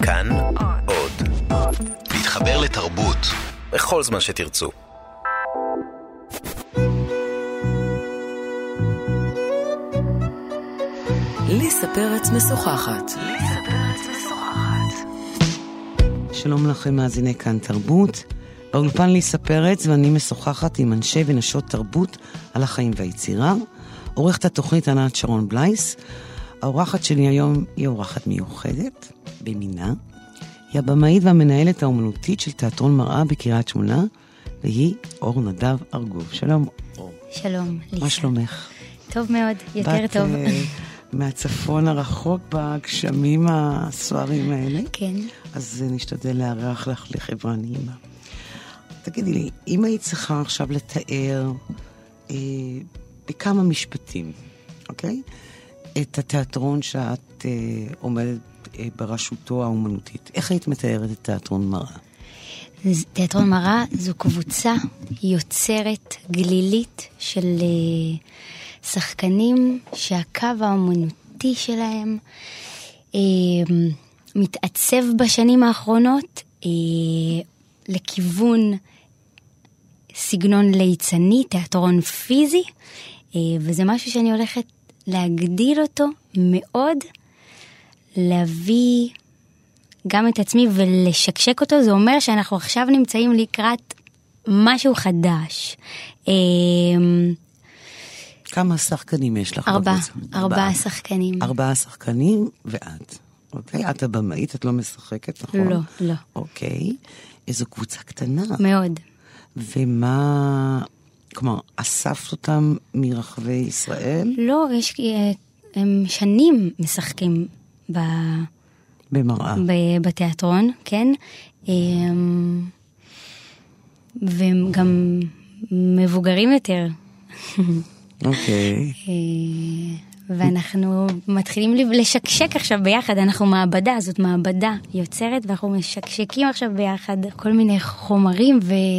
כאן עוד. להתחבר לתרבות בכל זמן שתרצו. ליסה פרץ משוחחת. שלום לכם מאזיני כאן תרבות. באולפן ליסה פרץ ואני משוחחת עם אנשי ונשות תרבות על החיים והיצירה. עורכת התוכנית ענת שרון בלייס. האורחת שלי היום היא אורחת מיוחדת במינה. היא הבמאית והמנהלת האומנותית של תיאטרון מראה בקריית שמונה, והיא אור נדב ארגוב. שלום אור. שלום ליסה. מה שלומך? טוב מאוד, יותר טוב. מהצפון הרחוק בגשמים הסוערים האלה. כן. אז נשתדל לארח לך לחברה נעימה. תגידי לי, אם היית צריכה עכשיו לתאר בכמה משפטים, אוקיי? את התיאטרון שאת עומדת בראשותו האומנותית. איך היית מתארת את תיאטרון מראה? תיאטרון מראה זו קבוצה יוצרת גלילית של שחקנים שהקו האומנותי שלהם מתעצב בשנים האחרונות לכיוון סגנון ליצני, תיאטרון פיזי, וזה משהו שאני הולכת להגדיל אותו מאוד, להביא גם את עצמי ולשקשק אותו. זה אומר שאנחנו עכשיו נמצאים לקראת משהו חדש. כמה שחקנים יש לך? 4 שחקנים. 4 שחקנים ואת. אוקיי? את הבמאית, את לא משחקת, נכון? לא, לא. אוקיי. איזו קבוצה קטנה. מאוד. ומה, כלומר, אספת אותם מרחבי ישראל? לא, הם שנים משחקים במראה. בתיאטרון, כן. והם גם מבוגרים יותר. אוקיי. ואנחנו מתחילים לשקשק עכשיו ביחד, אנחנו מעבדה, זאת מעבדה יוצרת, ואנחנו משקשקים עכשיו ביחד כל מיני חומרים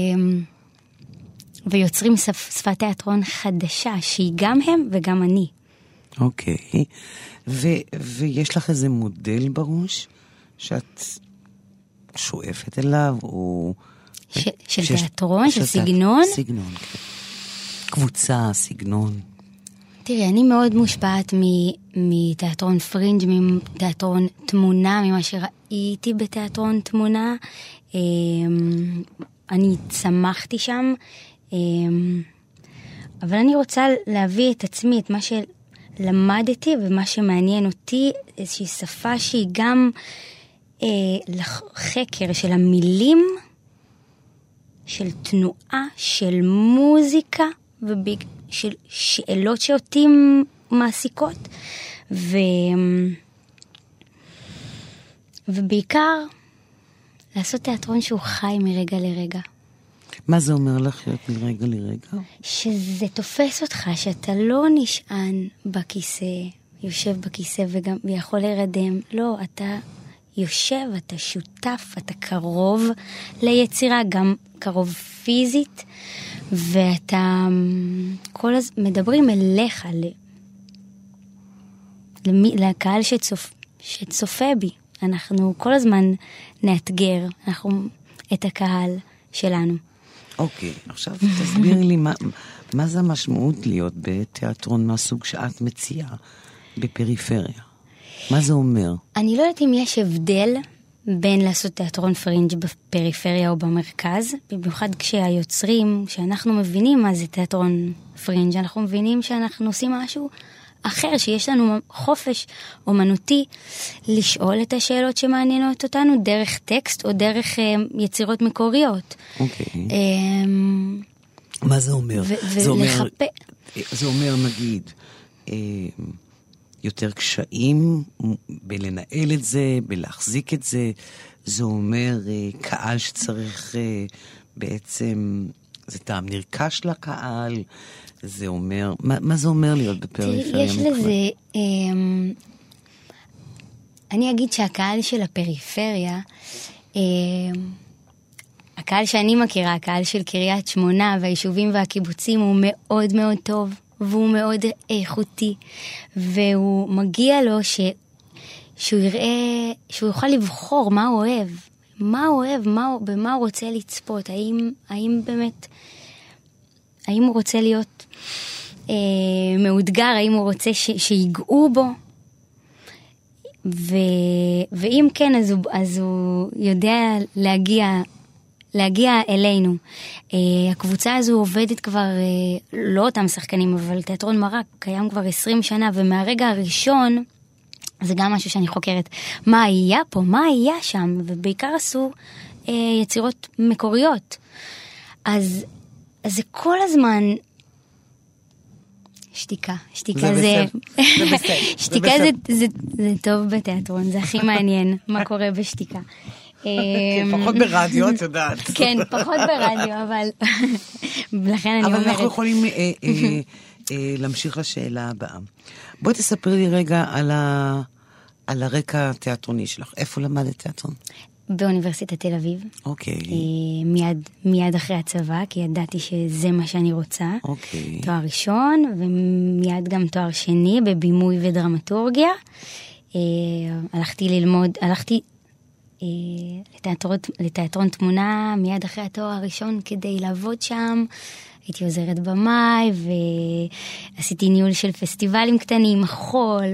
ויוצרים שפת תיאטרון חדשה, שהיא גם הם וגם אני. אוקיי. ויש לך איזה מודל בראש שאת שואפת אליו, או... של תיאטרון, של סגנון? סגנון, כן. קבוצה, סגנון. תראי, אני מאוד מושפעת מתיאטרון פרינג', מתיאטרון תמונה, ממה שראיתי בתיאטרון תמונה. אני צמחתי שם, אבל אני רוצה להביא את עצמי, את מה שלמדתי ומה שמעניין אותי, איזושהי שפה שהיא גם לחקר של המילים, של תנועה, של מוזיקה של שאלות שאותי מעסיקות, ובעיקר לעשות תיאטרון שהוא חי מרגע לרגע. מה זה אומר לך להיות מרגע לרגע? שזה תופס אותך, שאתה לא נשען בכיסא, יושב בכיסא ויכול לרדם. לא, אתה יושב, אתה שותף, אתה קרוב ליצירה, גם קרוב פיזית, ואתה כל הזמן מדברים אליך, לקהל שצופה בי. אנחנו כל הזמן נאתגר את הקהל שלנו. אוקיי, עכשיו תסבירי לי מה זה המשמעות להיות בתיאטרון מהסוג שאת מציעה בפריפריה? מה זה אומר? אני לא יודעת אם יש הבדל בין לעשות תיאטרון פרינג' בפריפריה או במרכז, במיוחד כשהיוצרים, שאנחנו מבינים מה זה תיאטרון פרינג', אנחנו מבינים שאנחנו עושים משהו אחר, שיש לנו חופש אומנותי לשאול את השאלות שמעניינות אותנו דרך טקסט או דרך יצירות מקוריות. אוקיי. מה זה אומר? זה אומר נגיד יותר קשיים בלנהל את זה, בלהחזיק את זה. זה אומר קהל שצריך בעצם, זה טעם נרכש לקהל. זה אומר, מה זה אומר להיות בפריפריה? יש לזה, אני אגיד שהקהל של הפריפריה, הקהל שאני מכירה, הקהל של קריית שמונה והיישובים והקיבוצים הוא מאוד מאוד טוב, והוא מאוד איכותי, והוא מגיע לו שהוא יראה, שהוא יוכל לבחור מה הוא אוהב, במה הוא רוצה לצפות, האם באמת, האם הוא רוצה להיות מאותגר, האם הוא רוצה שיגעו בו, ואם כן, אז הוא יודע להגיע אלינו. הקבוצה הזו עובדת כבר, לא אותם שחקנים, אבל תיאטרון מרק קיים כבר 20 שנה, ומהרגע הראשון, זה גם משהו שאני חוקרת, מה היה פה, מה היה שם, ובעיקר עשו יצירות מקוריות. אז זה כל הזמן, שתיקה זה שתיקה זה טוב בתיאטרון, זה הכי מעניין מה קורה בשתיקה. פחות ברדיו, את יודעת. כן, פחות ברדיו, אבל לכן אני אומרת. אבל אנחנו יכולים להמשיך לשאלה הבאה. בואי תספרי לי רגע על הרקע התיאטרוני שלך. איפה למדת תיאטרון? באוניברסיטת תל אביב. אוקיי. מיד אחרי הצבא, כי ידעתי שזה מה שאני רוצה. אוקיי. תואר ראשון, ומיד גם תואר שני בבימוי ודרמטורגיה. הלכתי לתיאטרון תמונה מיד אחרי התואר הראשון כדי לעבוד שם. הייתי עוזרת במאי, ועשיתי ניהול של פסטיבלים קטנים, מחול,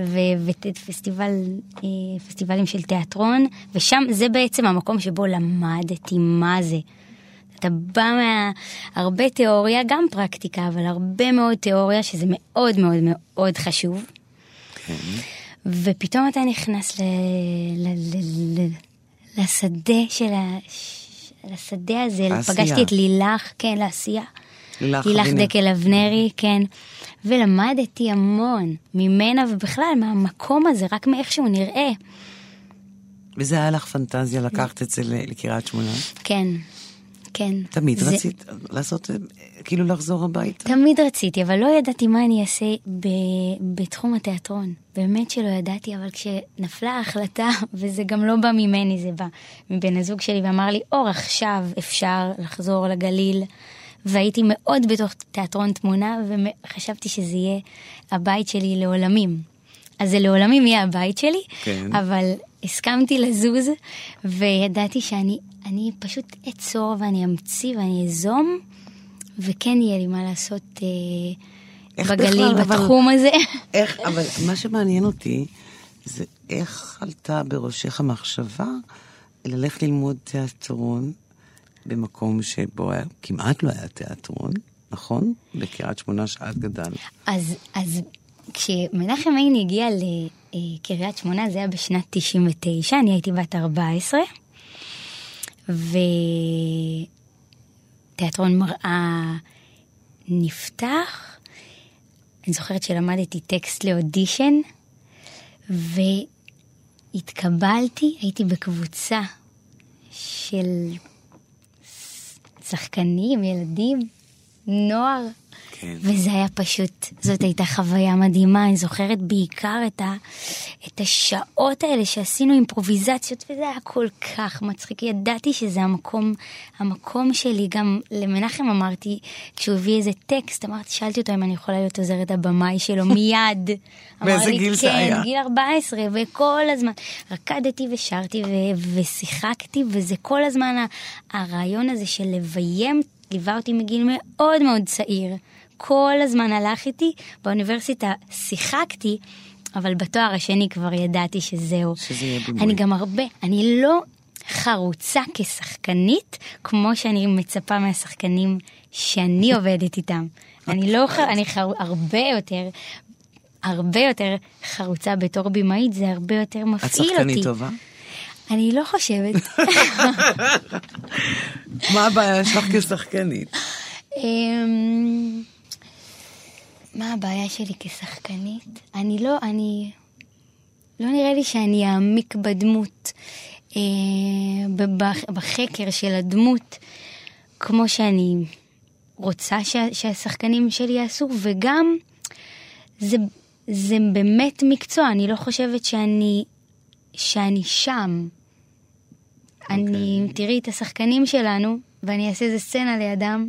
ופסטיבלים של תיאטרון, ושם זה בעצם המקום שבו למדתי מה זה. אתה בא מהרבה תיאוריה, גם פרקטיקה, אבל הרבה מאוד תיאוריה, שזה מאוד מאוד מאוד חשוב. ופתאום אתה נכנס לשדה הזה, פגשתי את לילך, כן, לעשייה. לילך דקל אבנרי, כן. ולמדתי המון ממנה ובכלל מהמקום הזה, רק מאיך שהוא נראה. וזה היה לך פנטזיה לקחת את זה לקריית שמונה? כן, כן. תמיד רצית לעשות, כאילו לחזור הביתה? תמיד רציתי, אבל לא ידעתי מה אני אעשה בתחום התיאטרון. באמת שלא ידעתי, אבל כשנפלה ההחלטה, וזה גם לא בא ממני, זה בא מבן הזוג שלי, ואמר לי, אור, עכשיו אפשר לחזור לגליל, והייתי מאוד בתוך תיאטרון תמונה, וחשבתי שזה יהיה הבית שלי לעולמים. אז זה לעולמים יהיה הבית שלי, כן. אבל הסכמתי לזוז, וידעתי שאני פשוט אצור, ואני אמציא, ואני אזום, וכן יהיה לי מה לעשות בגליל, בתחום הזה. אבל מה שמעניין אותי, זה איך עלתה בראשך המחשבה, ללכת ללמוד תיאטרון, במקום שבו כמעט לא היה תיאטרון, נכון? בקריית שמונה שאת גדל. אז כשמנחם עיני הגיע לקריית שמונה, זה היה בשנת 99, אני הייתי בת 14, ותיאטרון מראה נפתח, אני זוכרת שלמדתי טקסט לאודישן, והתקבלתי, הייתי בקבוצה של שחקנים, ילדים, נוער, כן. וזה היה פשוט, זאת הייתה חוויה מדהימה, אני זוכרת בעיקר את השעות האלה שעשינו אימפרוביזציות, וזה היה כל כך מצחיק, ידעתי שזה המקום שלי, גם למנחם אמרתי, כשהוא הביא איזה טקסט, שאלתי אותו אם אני יכולה להיות עוזרת הבמאי שלו, מיד. באיזה גיל זה היה? כן, גיל 14, וכל הזמן רקדתי ושרתי ושיחקתי, וזה כל הזמן הרעיון הזה של לביים, ליווה אותי מגיל מאוד מאוד צעיר, כל הזמן הלך איתי, באוניברסיטה שיחקתי, אבל בתואר השני כבר ידעתי שזהו. שזה יהיה בימוי. אני גם אני לא חרוצה כשחקנית, כמו שאני מצפה מהשחקנים שאני עובדת איתם. אני הרבה יותר חרוצה בתור בימאית, זה הרבה יותר מפעיל אותי. את שחקנית טובה? אני לא חושבת. מה הבעיה שלך כשחקנית? מה הבעיה שלי כשחקנית? לא נראה לי שאני אעמיק בדמות, בחקר של הדמות, כמו שאני רוצה שהשחקנים שלי יעשו, וגם זה באמת מקצוע, אני לא חושבת שאני שם. אני תראי את השחקנים שלנו, ואני אעשה איזה סצנה לידם,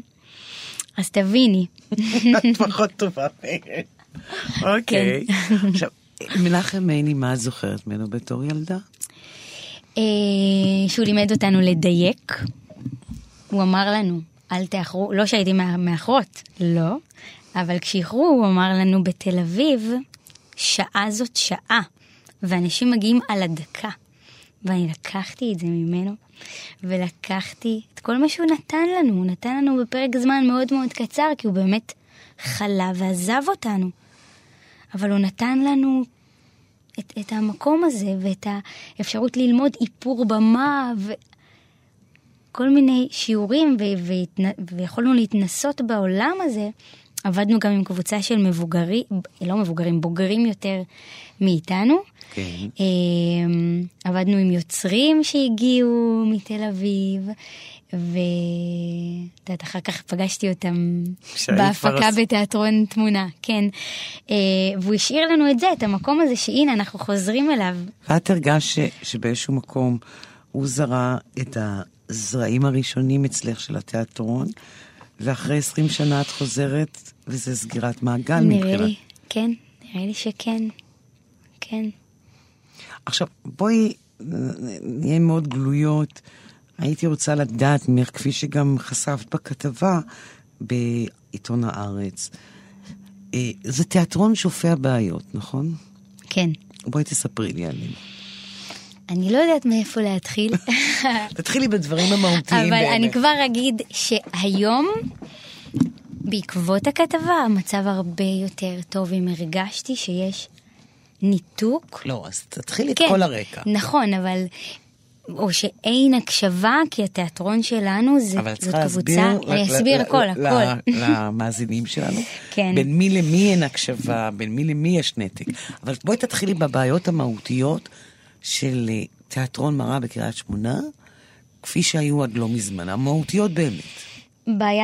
אז תביני. את פחות טובה. אוקיי. עכשיו, מנחם עיני, מה את זוכרת ממנו בתור ילדה? שהוא לימד אותנו לדייק. הוא אמר לנו, אל תאחרו, לא שהייתי מאחרות, לא, אבל כשאיחרו הוא אמר לנו בתל אביב, שעה זאת שעה, ואנשים מגיעים על הדקה. ואני לקחתי את זה ממנו, ולקחתי את כל מה שהוא נתן לנו. הוא נתן לנו בפרק זמן מאוד מאוד קצר, כי הוא באמת חלה ועזב אותנו. אבל הוא נתן לנו את המקום הזה, ואת האפשרות ללמוד איפור במה, וכל מיני שיעורים, ויכולנו להתנסות בעולם הזה. עבדנו גם עם קבוצה של מבוגרים, לא מבוגרים, בוגרים יותר מאיתנו. כן. עבדנו עם יוצרים שהגיעו מתל אביב, אחר כך פגשתי אותם בהפקה בתיאטרון תמונה, כן. והוא השאיר לנו את זה, את המקום הזה שהנה אנחנו חוזרים אליו. ואת הרגש שבאיזשהו מקום הוא זרע את הזרעים הראשונים אצלך של התיאטרון, ואחרי 20 שנה את חוזרת, וזה סגירת מעגל מבחינת. נראה לי, כן, נראה לי שכן, כן. עכשיו, בואי נהיה מאוד גלויות. הייתי רוצה לדעת ממך, כפי שגם חשפת בכתבה בעיתון הארץ. זה תיאטרון שופע בעיות, נכון? כן. בואי תספרי לי עליהם. אני לא יודעת מאיפה להתחיל. תתחילי בדברים המהותיים. אבל אני כבר אגיד שהיום, בעקבות הכתבה, המצב הרבה יותר טוב, אם הרגשתי שיש ניתוק. לא, אז תתחילי את כל הרקע. נכון, אבל או שאין הקשבה, כי התיאטרון שלנו זאת קבוצה. אני אסביר הכל. למאזינים שלנו. בין מי למי אין הקשבה, בין מי למי יש נתק. אבל בואי תתחילי בבעיות המהותיות של תיאטרון מראה בקריית שמונה, כפי שהיו עד לא מזמן, המהותיות באמת. בעיה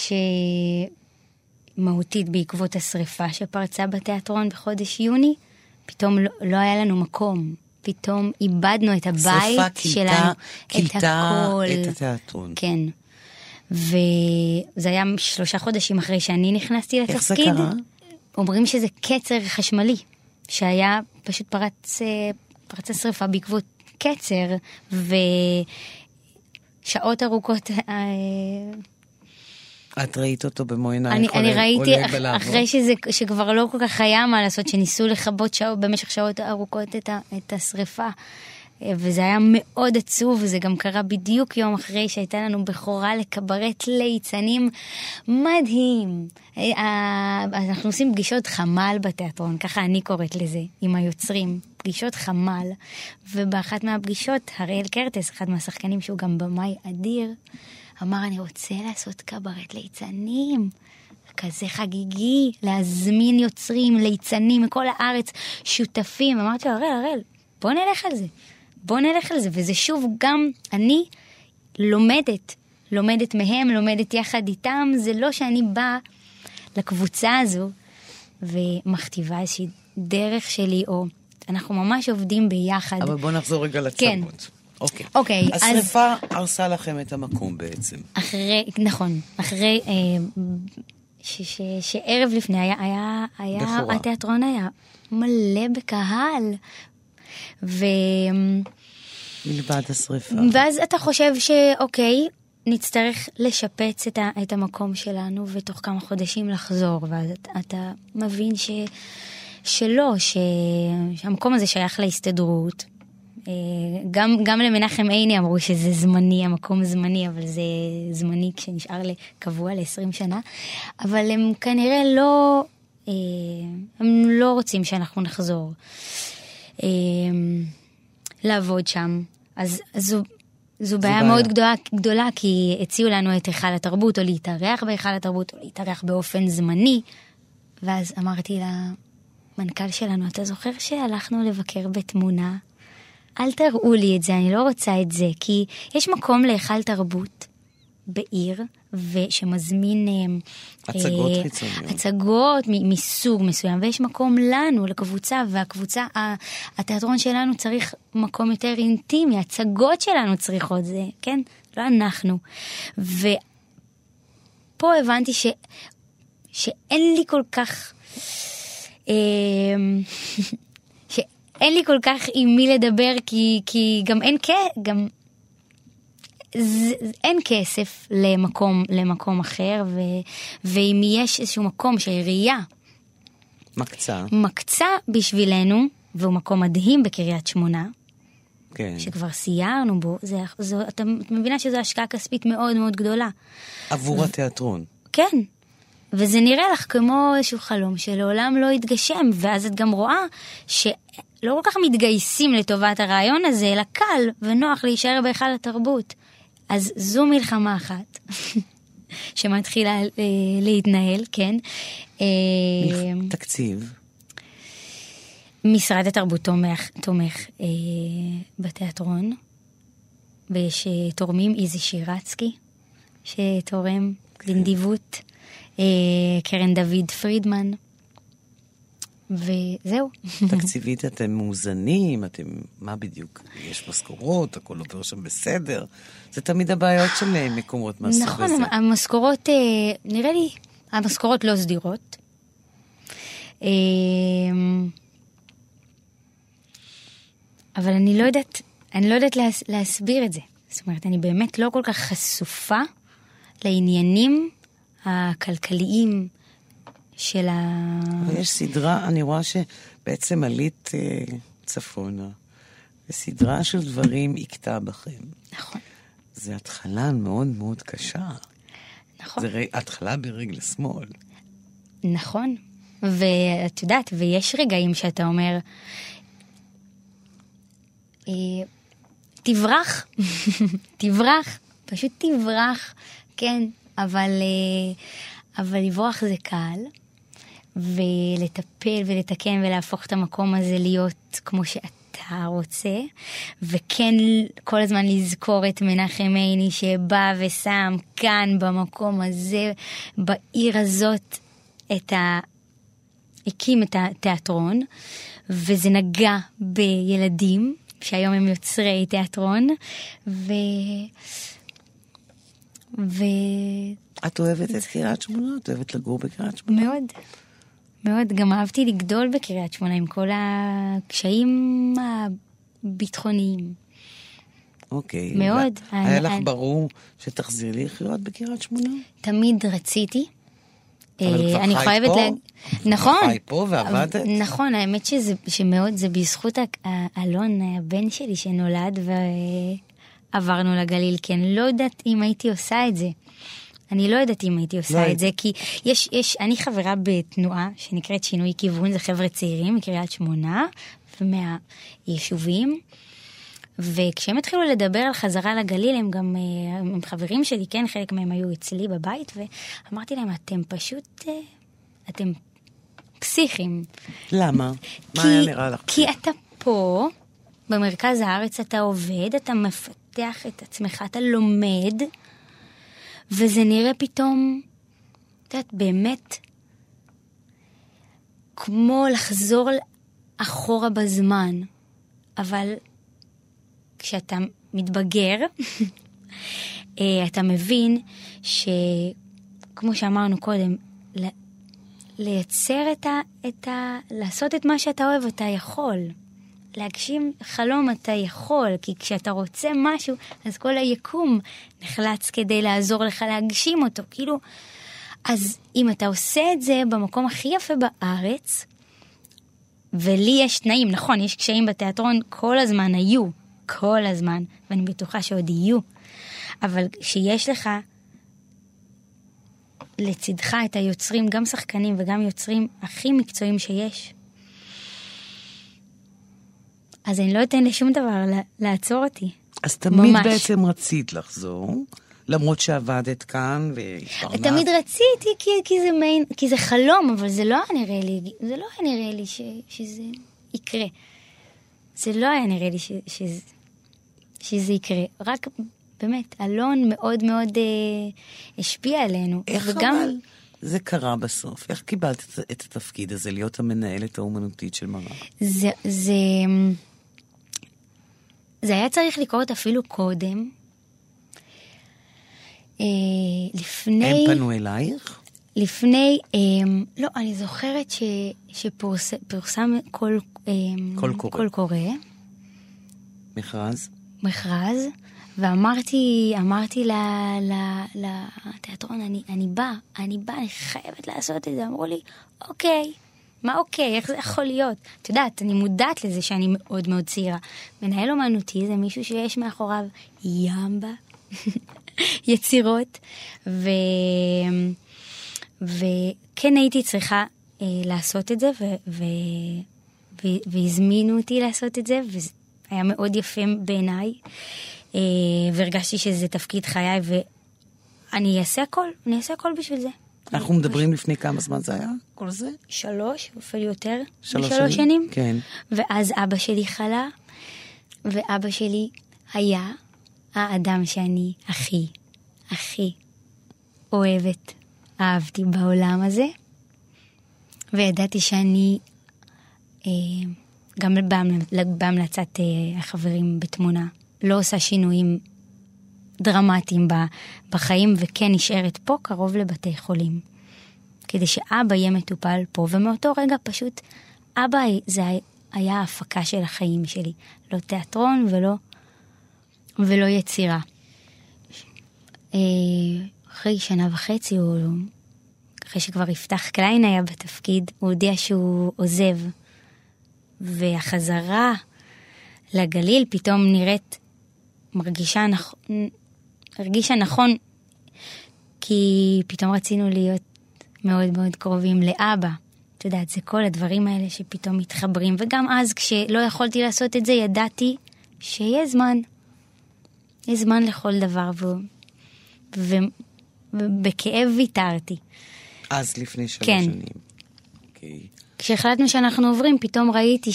מהותית בעקבות השריפה שפרצה בתיאטרון בחודש יוני, פתאום לא היה לנו מקום. פתאום איבדנו את הבית שלנו, את הכל. את התיאטרון. כן. וזה היה 3 חודשים אחרי שאני נכנסתי לתפקיד. איך זה קרה? אומרים שזה קצר חשמלי, שהיה פשוט פרצה שריפה בעקבות קצר, ושעות ארוכות. את ראית אותו במו עיניים? אני ראיתי אחרי שכבר לא כל כך היה מה לעשות, שניסו לכבות במשך שעות ארוכות את השריפה. וזה היה מאוד עצוב, וזה גם קרה בדיוק יום אחרי שהייתה לנו בכורה לקברט ליצנים מדהים. אנחנו עושים פגישות חמל בתיאטרון, ככה אני קוראת לזה, עם היוצרים, פגישות חמל, ובאחת מהפגישות, הראל קרטס, אחד מהשחקנים שהוא גם במאי אדיר, אמר, אני רוצה לעשות קברט ליצנים, כזה חגיגי, להזמין יוצרים, ליצנים מכל הארץ, שותפים. אמרתי לו, הראל, בוא נלך על זה. בוא נלך על זה, וזה שוב גם אני לומדת מהם, לומדת יחד איתם, זה לא שאני באה לקבוצה הזו ומכתיבה איזושהי דרך שלי, או אנחנו ממש עובדים ביחד. אבל בוא נחזור רגע לצמות. כן. אוקיי. השריפה הרסה לכם את המקום בעצם. נכון, אחרי שערב לפני היה התיאטרון היה מלא בקהל, מלבד השריפה. ואז אתה חושב שאוקיי, נצטרך לשפץ את המקום שלנו, ותוך כמה חודשים לחזור, ואז אתה מבין שלא, שהמקום הזה שייך להסתדרות. גם למנחם עיני אמרו שזה זמני, המקום זמני, אבל זה זמני כשנשאר קבוע ל-20 שנה. אבל הם כנראה הם לא רוצים שאנחנו נחזור לעבוד שם. אז זו בעיה מאוד גדולה, כי הציעו לנו את היכל התרבות, או להתארח בהיכל התרבות, או להתארח באופן זמני. ואז אמרתי למנכ"ל שלנו, אתה זוכר שהלכנו לבקר בתמונה? אל תראו לי את זה, אני לא רוצה את זה, כי יש מקום להיכל תרבות בעיר, ושמזמין הצגות מסוג מסוים, ויש מקום לנו, לקבוצה, והקבוצה, התיאטרון שלנו צריך מקום יותר אינטימי, הצגות שלנו צריכות זה, כן? לא אנחנו. ופה הבנתי שאין לי כל כך אין לי כל כך עם מי לדבר, כי גם אין כסף למקום אחר, ואם יש איזשהו מקום שהעירייה מקצה בשבילנו, והוא מקום מדהים בקריית שמונה, כן. שכבר סיירנו בו, אתה מבינה שזו השקעה כספית מאוד מאוד גדולה. עבור התיאטרון. כן. וזה נראה לך כמו איזשהו חלום שלעולם לא יתגשם, ואז את גם רואה שלא כל כך מתגייסים לטובת הרעיון הזה, אלא קל ונוח להישאר בהיכל התרבות. אז זו מלחמה אחת שמתחילה להתנהל, כן. תקציב. משרד התרבות תומך בתיאטרון, ויש תורמים, איזי שירצקי, שתורם בנדיבות, קרן דוד פרידמן, וזהו. תקציבית אתם מאוזנים, מה בדיוק? יש משכורות, הכל עובר שם בסדר. זה תמיד הבעיות של מקומות מהסוג הזה. נכון, המשכורות, נראה לי, המשכורות לא סדירות. אבל אני לא יודעת להסביר את זה. זאת אומרת, אני באמת לא כל כך חשופה לעניינים הכלכליים של יש סדרה, אני רואה שבעצם עלית צפונה, וסדרה של דברים יקטע בכם. נכון. זה התחלה מאוד מאוד קשה. נכון. זה התחלה ברגל שמאל. נכון. ואת יודעת, ויש רגעים שאתה אומר, תברח, פשוט תברח, כן, אבל לברוח זה קל, ולטפל ולתקן ולהפוך את המקום הזה להיות כמו שאתה רוצה, וכן כל הזמן לזכור את מנחם עיני שבא ושם כאן במקום הזה, בעיר הזאת, הקים את התיאטרון, וזה נגע בילדים, שהיום הם יוצרי תיאטרון, את אוהבת את קריית שמונה? את אוהבת לגור בקריית שמונה? מאוד, מאוד. גם אהבתי לגדול בקריית שמונה, עם כל הקשיים הביטחוניים. אוקיי. מאוד. היה לך ברור שתחזיר לי לחיות בקריית שמונה? תמיד רציתי. אבל כבר חי פה? נכון. חי פה ועבדת? נכון, האמת שמאוד זה בזכות אלון, הבן שלי שנולד ועברנו לגליל, כי אני לא יודעת אם הייתי עושה את זה. אני לא יודעת אם הייתי עושה את זה, כי אני חברה בתנועה שנקראת שינוי כיוון, זה חבר'ה צעירים מקריית שמונה ומהיישובים, וכשהם התחילו לדבר על חזרה לגליל, הם גם הם חברים שלי, כן, חלק מהם היו אצלי בבית, ואמרתי להם, אתם פשוט, אתם פסיכים. למה? מה היה נראה לך? כי אתה פה, במרכז הארץ אתה עובד, אתה מפתח את עצמך, אתה לומד, וזה נראה פתאום, את יודעת, באמת, כמו לחזור אחורה בזמן, אבל כשאתה מתבגר, אתה מבין שכמו שאמרנו קודם, לייצר לעשות את מה שאתה אוהב, אתה יכול. להגשים חלום אתה יכול, כי כשאתה רוצה משהו, אז כל היקום נחלץ כדי לעזור לך להגשים אותו. כאילו, אז אם אתה עושה את זה במקום הכי יפה בארץ, ולי יש תנאים, נכון, יש קשיים בתיאטרון, כל הזמן היו, כל הזמן, ואני בטוחה שעוד יהיו, אבל שיש לך לצדך את היוצרים, גם שחקנים וגם יוצרים הכי מקצועיים שיש, אז אני לא אתן לשום דבר לעצור אותי. אז תמיד ממש. בעצם רצית לחזור, למרות שעבדת כאן והתפרנסת. תמיד רציתי כי זה חלום, אבל זה לא היה נראה לי, שזה יקרה. זה לא היה נראה לי שזה יקרה. רק באמת, אלון מאוד מאוד השפיע עלינו. איך אבל זה קרה בסוף? איך קיבלת את התפקיד הזה, להיות המנהלת האומנותית של מראה? זה היה צריך לקרות אפילו קודם. לפני... הם פנו אלייך? לפני, לא, אני זוכרת שפורסם קול קורא. מכרז, ואמרתי לתיאטרון, אני באה, אני חייבת לעשות את זה. אמרו לי, אוקיי, מה אוקיי, איך זה יכול להיות? את יודעת, אני מודעת לזה שאני מאוד מאוד צעירה. מנהל אומנותי זה מישהו שיש מאחוריו ימבה, יצירות, וכן הייתי צריכה לעשות את זה, והזמינו אותי לעשות את זה, וזה היה מאוד יפה בעיניי, והרגשתי שזה תפקיד חיי, ואני אעשה הכל בשביל זה. אנחנו מדברים לפני כמה זמן זה היה, כל זה? 3, אפילו יותר, 3 שנים. כן. ואז אבא שלי חלה, ואבא שלי היה האדם שאני הכי אהבתי בעולם הזה, וידעתי שאני, גם בהמלצת החברים בתמונה, לא עושה שינויים דרמטיים בחיים, וכן נשארת פה קרוב לבתי חולים. כדי שאבא יהיה מטופל פה, ומאותו רגע פשוט, אבא זה היה ההפקה של החיים שלי. לא תיאטרון ולא יצירה. אחרי 1.5 שנה, או אחרי שכבר יפתח קליין היה בתפקיד, הוא הודיע שהוא עוזב. והחזרה לגליל פתאום נראית, הרגישה נכון, כי פתאום רצינו להיות מאוד מאוד קרובים לאבא. את יודעת, זה כל הדברים האלה שפתאום מתחברים, וגם אז כשלא יכולתי לעשות את זה, ידעתי שיהיה זמן. יש זמן לכל דבר, ובכאב ויתרתי. אז לפני 3 כן. שנים. אוקיי. כשהחלטנו שאנחנו עוברים, פתאום ראיתי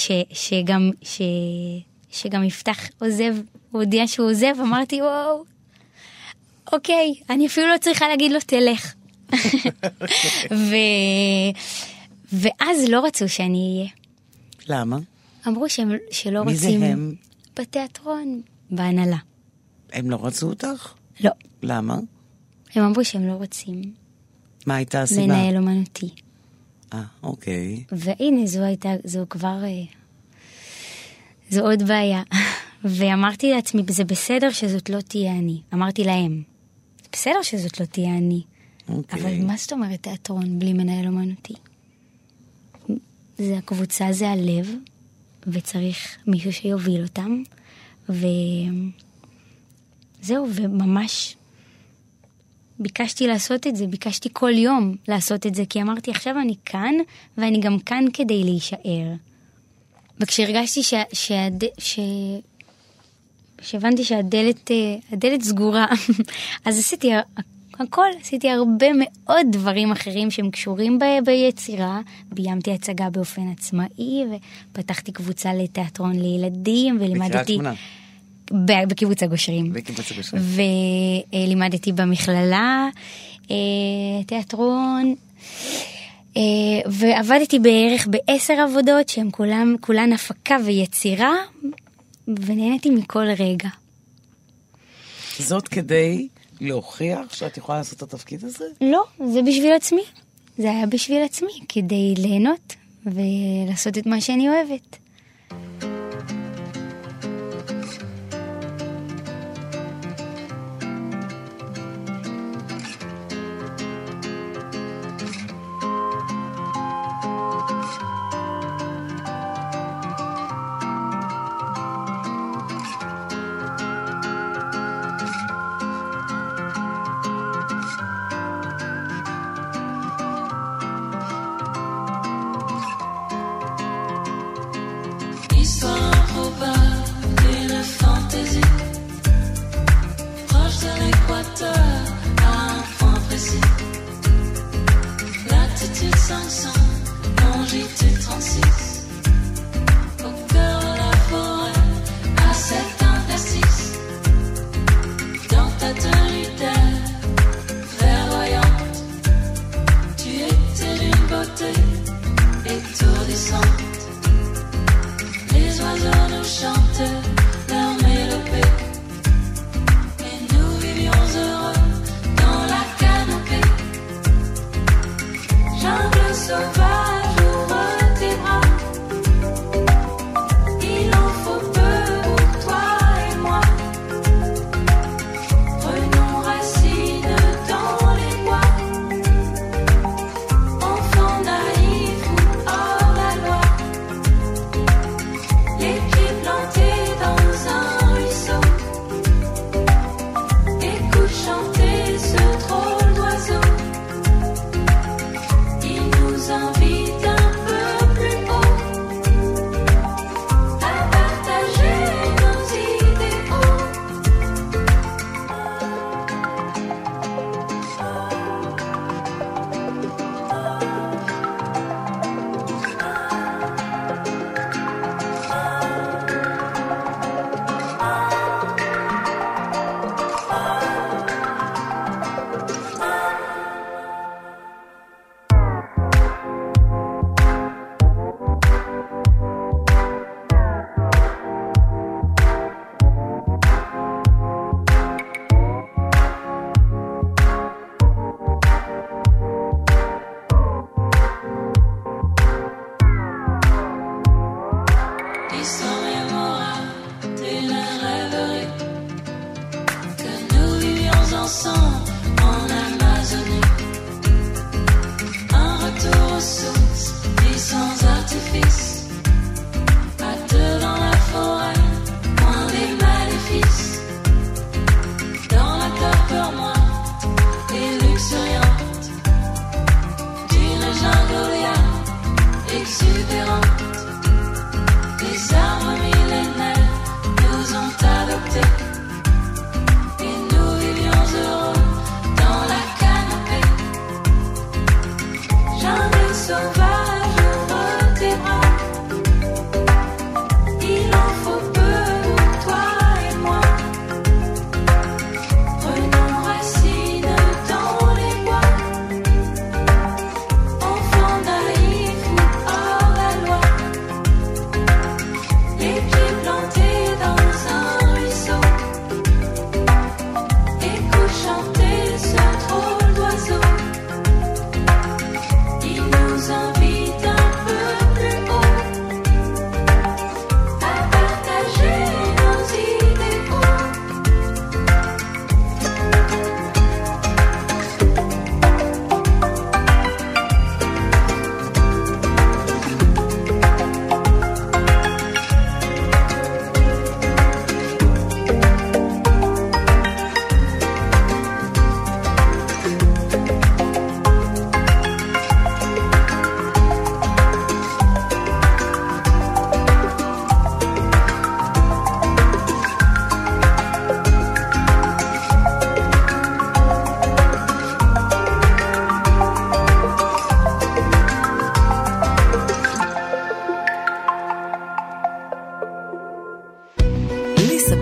שגם יפתח עוזב, הוא הודיע שהוא עוזב, אמרתי, וואו, אוקיי, אני אפילו לא צריכה להגיד לו, תלך. ואז לא רצו שאני אהיה. למה? אמרו שלא רוצים... מי זה הם? בתיאטרון, בהנהלה. הם לא רצו אותך? לא. למה? הם אמרו שהם לא רוצים. מה הייתה הסיבה? מנהל אומנותי. אוקיי. והנה, זו כבר... זו עוד בעיה. ואמרתי לעצמי, זה בסדר שזאת לא תהיה אני. אמרתי להם, זה בסדר שזאת לא תהיה אני. אוקיי. אבל מה זאת אומרת תיאטרון בלי מנהל אומנותי? זה הקבוצה, זה הלב, וצריך מישהו שיוביל אותם, וזהו, וממש ביקשתי לעשות את זה, ביקשתי כל יום לעשות את זה, כי אמרתי, עכשיו אני כאן, ואני גם כאן כדי להישאר. וכשהרגשתי שהבנתי שהדלת סגורה, אז עשיתי הכל, עשיתי הרבה מאוד דברים אחרים שהם קשורים ביצירה, ביימתי הצגה באופן עצמאי, ופתחתי קבוצה לתיאטרון לילדים, ולימדתי... בקיבוץ הגושרים. ולימדתי במכללה, תיאטרון, ועבדתי בערך ב10 עבודות, שהן כולן הפקה ויצירה, ונהניתי מכל רגע. זאת כדי להוכיח שאת יכולה לעשות את התפקיד הזה? לא, זה בשביל עצמי. זה היה בשביל עצמי, כדי ליהנות ולעשות את מה שאני אוהבת.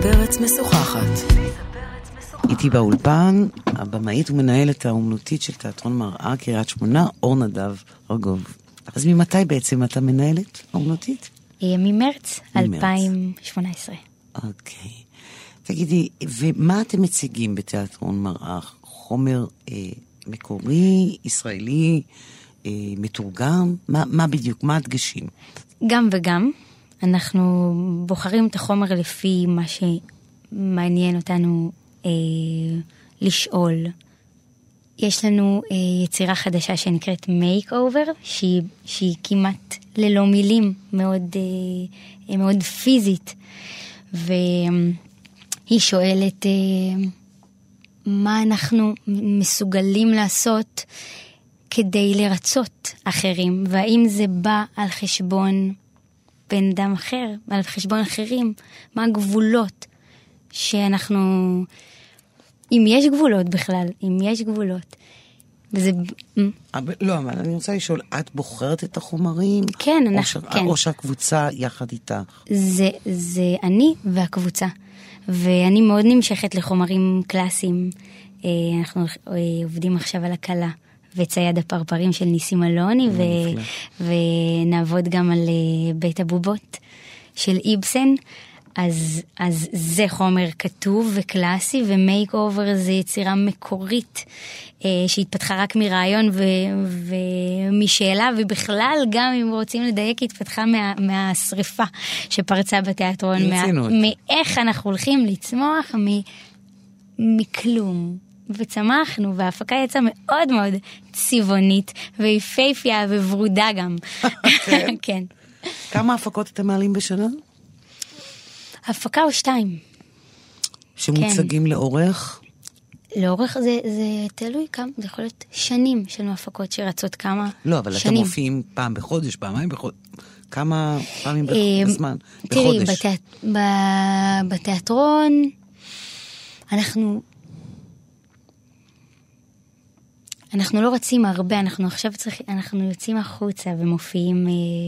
פרץ משוחחת. איתי באולפן, הבמאית ומנהלת האומנותית של תיאטרון מראה, קריית שמונה, אור נדב ארגוב. אז ממתי בעצם אתה מנהלת האומנותית? ממרץ 2018. אוקיי. תגידי, ומה אתם מציגים בתיאטרון מראה? חומר מקורי, ישראלי, מתורגם? מה בדיוק? מה הדגשים? גם וגם. אנחנו בוחרים את החומר לפי מה שמעניין אותנו לשאול. יש לנו יצירה חדשה שנקראת Make Over, שהיא כמעט ללא מילים, מאוד פיזית, והיא שואלת מה אנחנו מסוגלים לעשות כדי לרצות אחרים, והאם זה בא על חשבון בן אדם אחר, על חשבון אחרים, מה הגבולות שאנחנו, אם יש גבולות בכלל, אם יש גבולות. וזה... לא, אבל אני רוצה לשאול, את בוחרת את החומרים? כן, כן. או שהקבוצה יחד איתך? זה אני והקבוצה. ואני מאוד נמשכת לחומרים קלאסיים. אנחנו עובדים עכשיו על הקלה. וצייד הפרפרים של ניסים אלוני, ונעבוד גם על בית הבובות של איבסן. אז זה חומר כתוב וקלאסי, ומייק אובר זה יצירה מקורית, שהתפתחה רק מרעיון ומשאלה, ובכלל גם אם רוצים לדייק, התפתחה מהשריפה שפרצה בתיאטרון, מאיך אנחנו הולכים לצמוח מכלום. וצמחנו, וההפקה יצאה מאוד מאוד צבעונית, ויפהפייה וברודה גם. כן. כמה הפקות אתם מעלים בשנה? הפקה או 2. שמוצגים לאורך? לאורך זה תלוי כמה, זה יכול להיות שנים של הפקות שרצות כמה שנים. לא, אבל אתם מופיעים פעם בחודש, פעמיים בחודש. כמה פעמים בזמן? בחודש. תראי, בתיאטרון אנחנו לא רצים הרבה, אנחנו יוצאים החוצה ומופיעים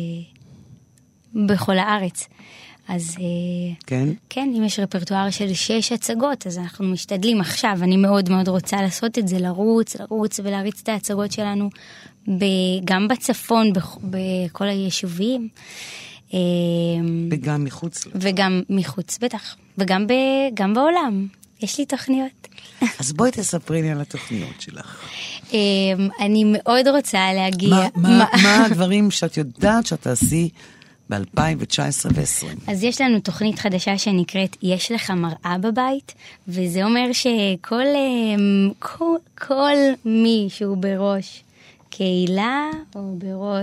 בכל הארץ. אז כן, אם יש רפרטואר של 6 הצגות, אז אנחנו משתדלים עכשיו, אני מאוד מאוד רוצה לעשות את זה, לרוץ ולהריץ את ההצגות שלנו, גם בצפון, בכל היישובים. וגם מחוץ. וגם מחוץ, בטח. וגם בעולם. יש לי תוכניות. אז בואי תספרי לי על התוכניות שלך. אני מאוד רוצה להגיע... מה הדברים שאת יודעת שאת תעשי ב-2019 ו-2020? אז יש לנו תוכנית חדשה שנקראת יש לך מראה בבית, וזה אומר שכל מי שהוא בראש קהילה או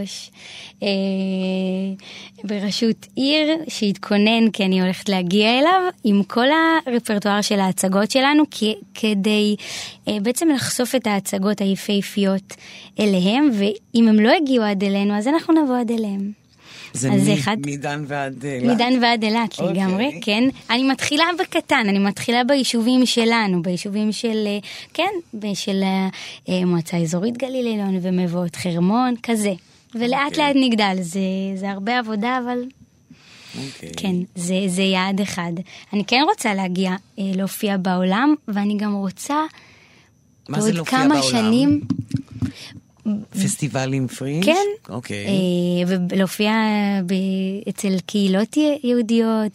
בראשות עיר שהתכונן, כי אני הולכת להגיע אליו עם כל הרפרטואר של ההצגות שלנו, כדי בעצם לחשוף את ההצגות היפהפיות אליהם, ואם הם לא הגיעו עד אלינו, אז אנחנו נבוא עד אליהם. זה מדן ועד אילת? מדן ועד אילת לגמרי, כן. אני מתחילה בקטן, אני מתחילה ביישובים שלנו, ביישובים של, כן, של מועצה אזורית גליל עליון ומבואות חרמון, כזה. ולאט לאט נגדל, זה הרבה עבודה, אבל כן, זה יעד אחד. אני כן רוצה להגיע, להופיע בעולם, ואני גם רוצה עוד כמה שנים... פסטיבלים פרינג'? כן. אוקיי. ולהופיע אצל קהילות יהודיות,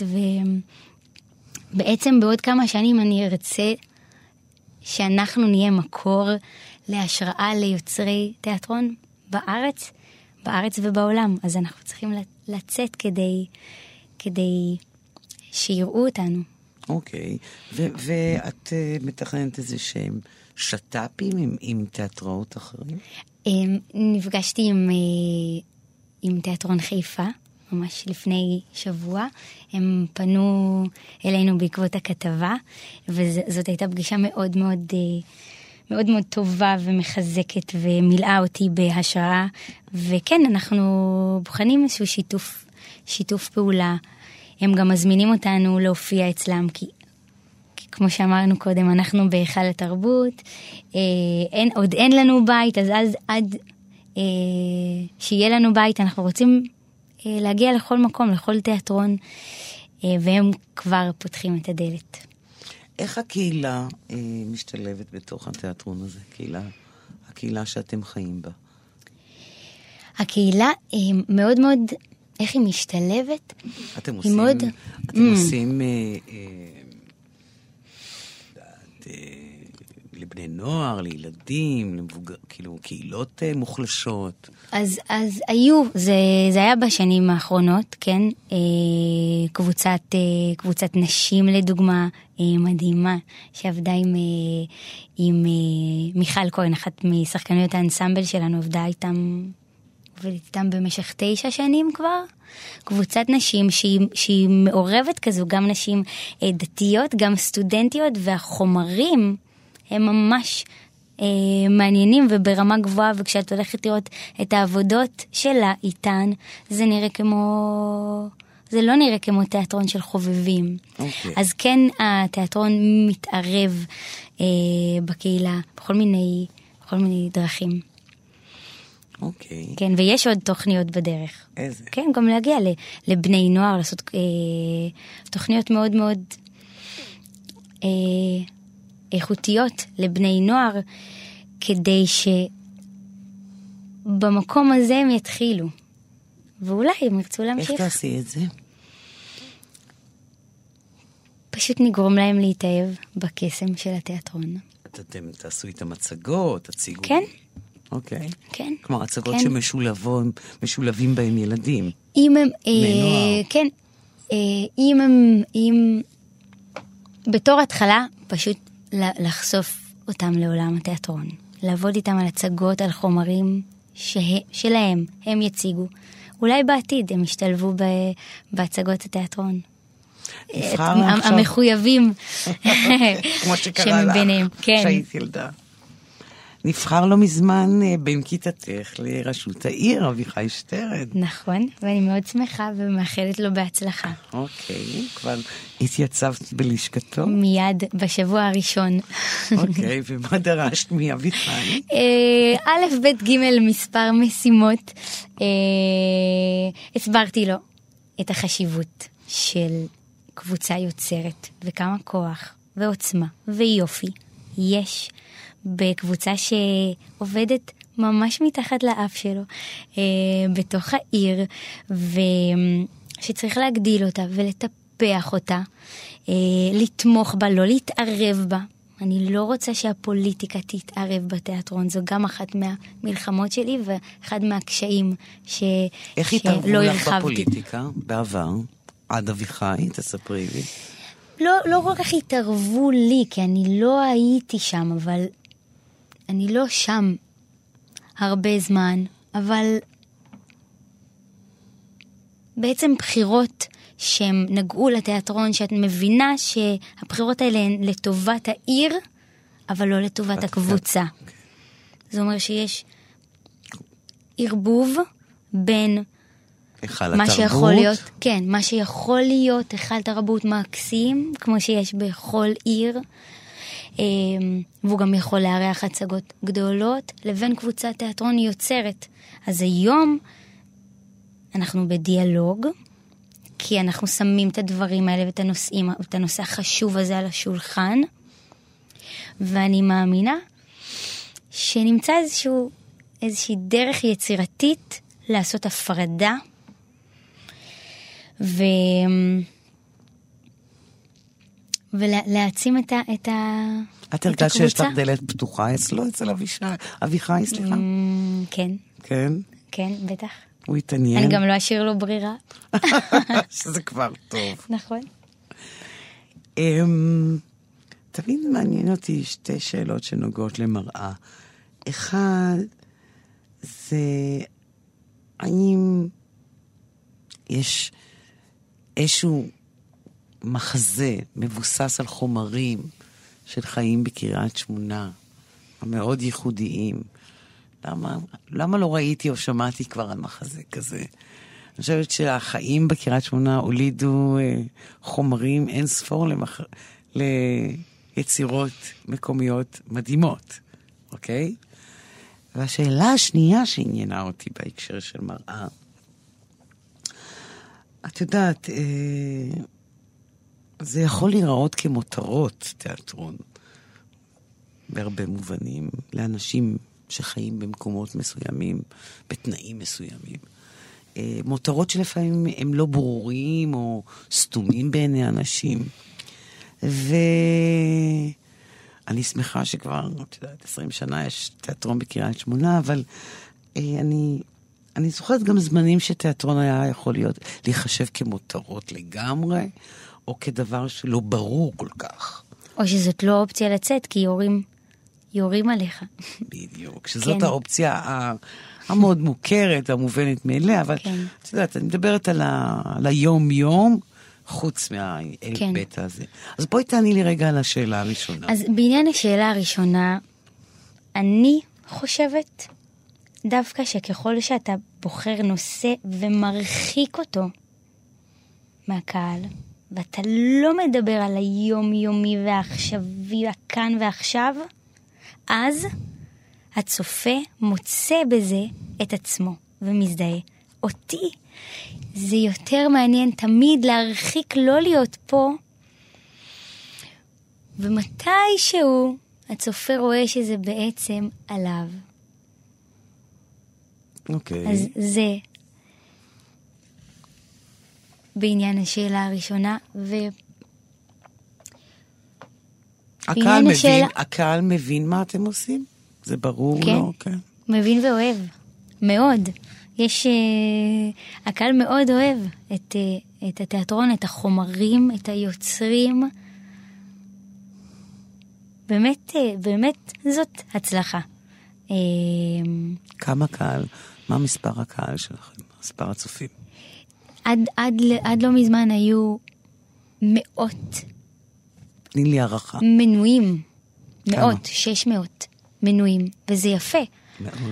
ובעצם בעוד כמה שנים אני ארצה שאנחנו נהיה מקור להשראה ליוצרי תיאטרון בארץ ובעולם. אז אנחנו צריכים לצאת כדי שיראו אותנו. אוקיי. ואת מתכננת איזה שהם שטאפים עם תיאטראות אחרים? נפגשתי עם תיאטרון חיפה, ממש לפני שבוע. הם פנו אלינו בעקבות הכתבה, וזאת הייתה פגישה מאוד מאוד, מאוד מאוד טובה ומחזקת, ומילאה אותי בהשראה. וכן, אנחנו בוחנים איזשהו שיתוף פעולה. הם גם מזמינים אותנו להופיע אצלם, כי כמו שאמרנו קודם, אנחנו בהיכל התרבות, עוד אין לנו בית, אז עד שיהיה לנו בית, אנחנו רוצים להגיע לכל מקום, לכל תיאטרון, והם כבר פותחים את הדלת. איך הקהילה משתלבת בתוך התיאטרון הזה? הקהילה שאתם חיים בה. הקהילה מאוד מאוד, איך היא משתלבת? אתם עושים לבני נוער, לילדים, כאילו קהילות מוחלשות. אז היו, זה היה בשנים האחרונות, כן? קבוצת נשים לדוגמה מדהימה, שעבדה עם מיכל כהן, אחת משחקניות האנסמבל שלנו, עובדת איתם במשך 9 שנים כבר. קבוצת נשים שהיא מעורבת כזו, גם נשים דתיות, גם סטודנטיות, והחומרים הם ממש מעניינים וברמה גבוהה, וכשאת הולכת לראות את העבודות שלה איתן, זה לא נראה כמו תיאטרון של חובבים. Okay. אז כן, התיאטרון מתערב בקהילה בכל מיני דרכים. אוקיי. כן, ויש עוד תוכניות בדרך. איזה? כן, גם להגיע לבני נוער, לעשות תוכניות מאוד מאוד איכותיות לבני נוער, כדי שבמקום הזה הם יתחילו. ואולי הם ירצו להמשיך. איך תעשי את זה? פשוט נגרום להם להתאהב בקסם של התיאטרון. אתם תעשו איתם הצגות, תציגו. כן. אוקיי. כן. כלומר, הצגות שמשולבים בהם ילדים. אם הם, בני נוער. כן. אם בתור התחלה, פשוט לחשוף אותם לעולם התיאטרון. לעבוד איתם על הצגות, על חומרים שלהם, הם יציגו. אולי בעתיד הם ישתלבו בהצגות התיאטרון. המחויבים. כמו שקרה לך, שהיית ילדה. נבחר לא מזמן בין כיתתך לראשות העיר, אביחי שטרן. נכון, ואני מאוד שמחה ומאחלת לו בהצלחה. אוקיי, כבר התייצבת בלשכתו? מיד בשבוע הראשון. אוקיי, ומה דרשת מאביחי? א', ב', ג', מספר משימות. הסברתי לו את החשיבות של קבוצה יוצרת, וכמה כוח ועוצמה ויופי יש בקבוצה שעובדת ממש מתחת לאף שלו, בתוך העיר, ושצריך להגדיל אותה ולטפח אותה, לתמוך בה, לא להתערב בה. אני לא רוצה שהפוליטיקה תתערב בתיאטרון, זו גם אחת מהמלחמות שלי, ואחד מהקשיים איך התערבו לך בפוליטיקה בעבר? עד אביחי, תספרי לי. לא כל כך התערבו לי, כי אני לא הייתי שם, אבל אני לא שם הרבה זמן, אבל בעצם בחירות שהן נגעו לתיאטרון, שאת מבינה שהבחירות האלה הן לטובת העיר, אבל לא לטובת הקבוצה. זה אומר שיש ערבוב בין מה שיכול להיות, כן, מה שיכול להיות היכל תרבות מקסים, כמו שיש בכל עיר, והוא גם יכול לארח הצגות גדולות, לבין קבוצת תיאטרון יוצרת. אז היום אנחנו בדיאלוג, כי אנחנו שמים את הדברים האלה ואת הנושאים, את הנושא החשוב הזה על השולחן, ואני מאמינה שנמצא איזושהי דרך יצירתית לעשות הפרדה, ולהעצים את את הרגעת שיש לך דלת פתוחה אצלו, אצל אביחי, סליחה? כן. כן? כן, בטח. הוא התעניין. אני גם לא אשאיר לו ברירה. שזה כבר טוב. נכון. תמיד מעניין אותי 2 שאלות שנוגעות למראה. אחד, זה האם יש איזשהו מחזה מבוסס על חומרים של חיים בקריית שמונה, המאוד ייחודיים. למה לא ראיתי או שמעתי כבר על מחזה כזה? אני חושבת שהחיים בקריית שמונה הולידו חומרים אין ספור ליצירות מקומיות מדהימות, אוקיי? והשאלה השנייה שעניינה אותי בהקשר של מראה, את יודעת, זה יכול להיראות כמותרות, תיאטרון. בהרבה מובנים, לאנשים שחיים במקומות מסוימים, בתנאים מסוימים. מותרות שלפעמים הם לא ברורים או סתומים בעיני אנשים. ואני שמחה שכבר, את יודעת, 20 שנה יש תיאטרון בקריית שמונה, אבל אני זוכרת גם זמנים שתיאטרון היה יכול להיחשב כמותרות לגמרי, או כדבר שלא ברור כל כך. או שזאת לא אופציה לצאת, כי יורים עליך. בדיוק, שזאת האופציה המאוד מוכרת, המובנת מאליה, אבל את יודעת, אני מדברת על היום-יום, חוץ מהבית הזה. אז בואי תעני לי רגע על השאלה הראשונה. אז בעניין השאלה הראשונה, אני חושבת דווקא שככל שאתה בוחר נושא ומרחיק אותו מהקהל, ואתה לא מדבר על היום-יומי והעכשווי, הכאן ועכשיו, אז הצופה מוצא בזה את עצמו ומזדהה. אותי זה יותר מעניין תמיד להרחיק לא להיות פה, ומתישהו הצופה רואה שזה בעצם עליו. אוקיי. אז זה בעניין השאלה הראשונה, הקהל מבין מה אתם עושים? זה ברור לו? כן. מבין ואוהב. מאוד. הקהל מאוד אוהב את התיאטרון, את החומרים, את היוצרים. באמת זאת הצלחה. כמה קהל? מה מספר הקהל שלכם? מספר הצופים? עד לא מזמן היו מאות. תני לי הערכה. מנויים. מאות, 600 מנויים. וזה יפה. מאוד.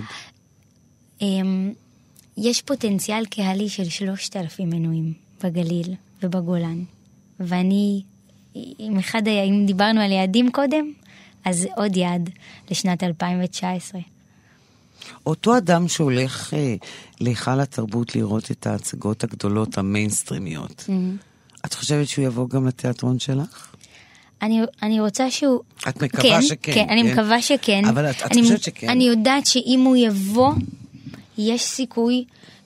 יש פוטנציאל קהלי של 3,000 מנויים בגליל ובגולן. ואני, אם דיברנו על יעדים קודם, אז עוד יעד לשנת 2019. אותו אדם שהולך להיכל התרבות לראות את ההצגות הגדולות המיינסטרימיות, את חושבת שהוא יבוא גם לתיאטרון שלך? אני רוצה שהוא... את מקווה שכן. כן, אני מקווה שכן. אבל את חושבת שכן? אני יודעת שאם הוא יבוא, יש סיכוי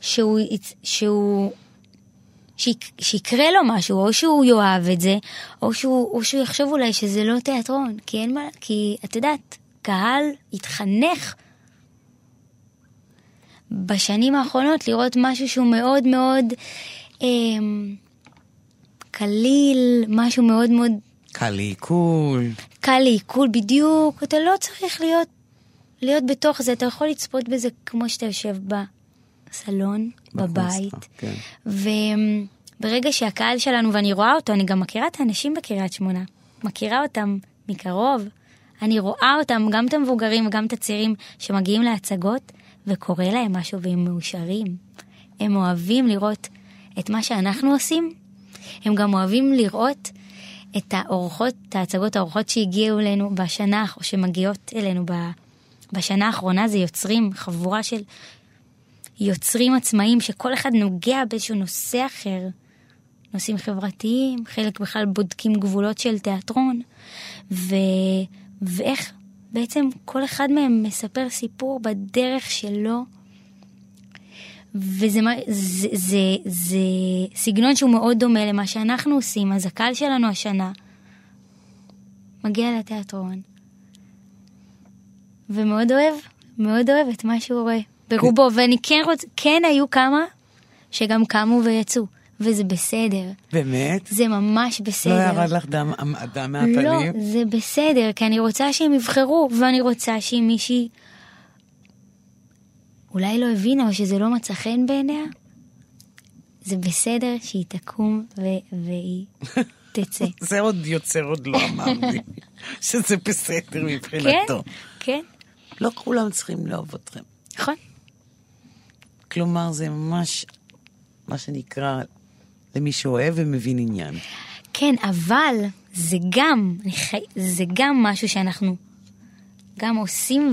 שיקרה לו משהו, או שהוא יאהב את זה, או שהוא יחשוב אולי שזה לא תיאטרון, כי את יודעת, קהל התחנך בשנים האחרונות לראות משהו שהוא מאוד מאוד קליל, משהו מאוד מאוד... קל לעיכול. קל לעיכול, בדיוק. אתה לא צריך להיות בתוך זה, אתה יכול לצפות בזה כמו שאתה יושב בסלון, בבית. כן. וברגע שהקהל שלנו, ואני רואה אותו, אני גם מכירה את האנשים בקריית שמונה. מכירה אותם מקרוב. אני רואה אותם, גם את המבוגרים וגם את הצעירים שמגיעים להצגות, וקורא להם משהו והם מאושרים. הם אוהבים לראות את מה שאנחנו עושים. הם גם אוהבים לראות את האורחות, את ההצגות האורחות שהגיעו אלינו בשנה, או שמגיעות אלינו בשנה האחרונה. זה יוצרים, חבורה של יוצרים עצמאיים, שכל אחד נוגע באיזשהו נושא אחר. נושאים חברתיים, חלק בכלל בודקים גבולות של תיאטרון. ואיך בעצם כל אחד מהם מספר סיפור בדרך שלו. וזה זה סגנון שהוא מאוד דומה למה שאנחנו עושים. אז הקהל שלנו השנה מגיע לתיאטרון ומאוד אוהב את מה שהוא רואה ברובו. ואני כן היו כמה שגם קמו ויצאו, וזה בסדר. באמת? זה ממש בסדר. לא ירד לך דם מהפנים? לא, זה בסדר, כי אני רוצה שהם יבחרו, ואני רוצה שאם מישהי אולי לא הבינה, או שזה לא מצא חן בעיניה, זה בסדר שהיא תקום והיא תצא. זה עוד יוצר, עוד לא אמרתי. שזה בסדר מבחינתו. כן. לא כולם צריכים לאהוב אתכם. נכון. כלומר, זה ממש מה שנקרא למי שאוהב ומבין עניין. כן, אבל זה גם משהו שאנחנו גם עושים,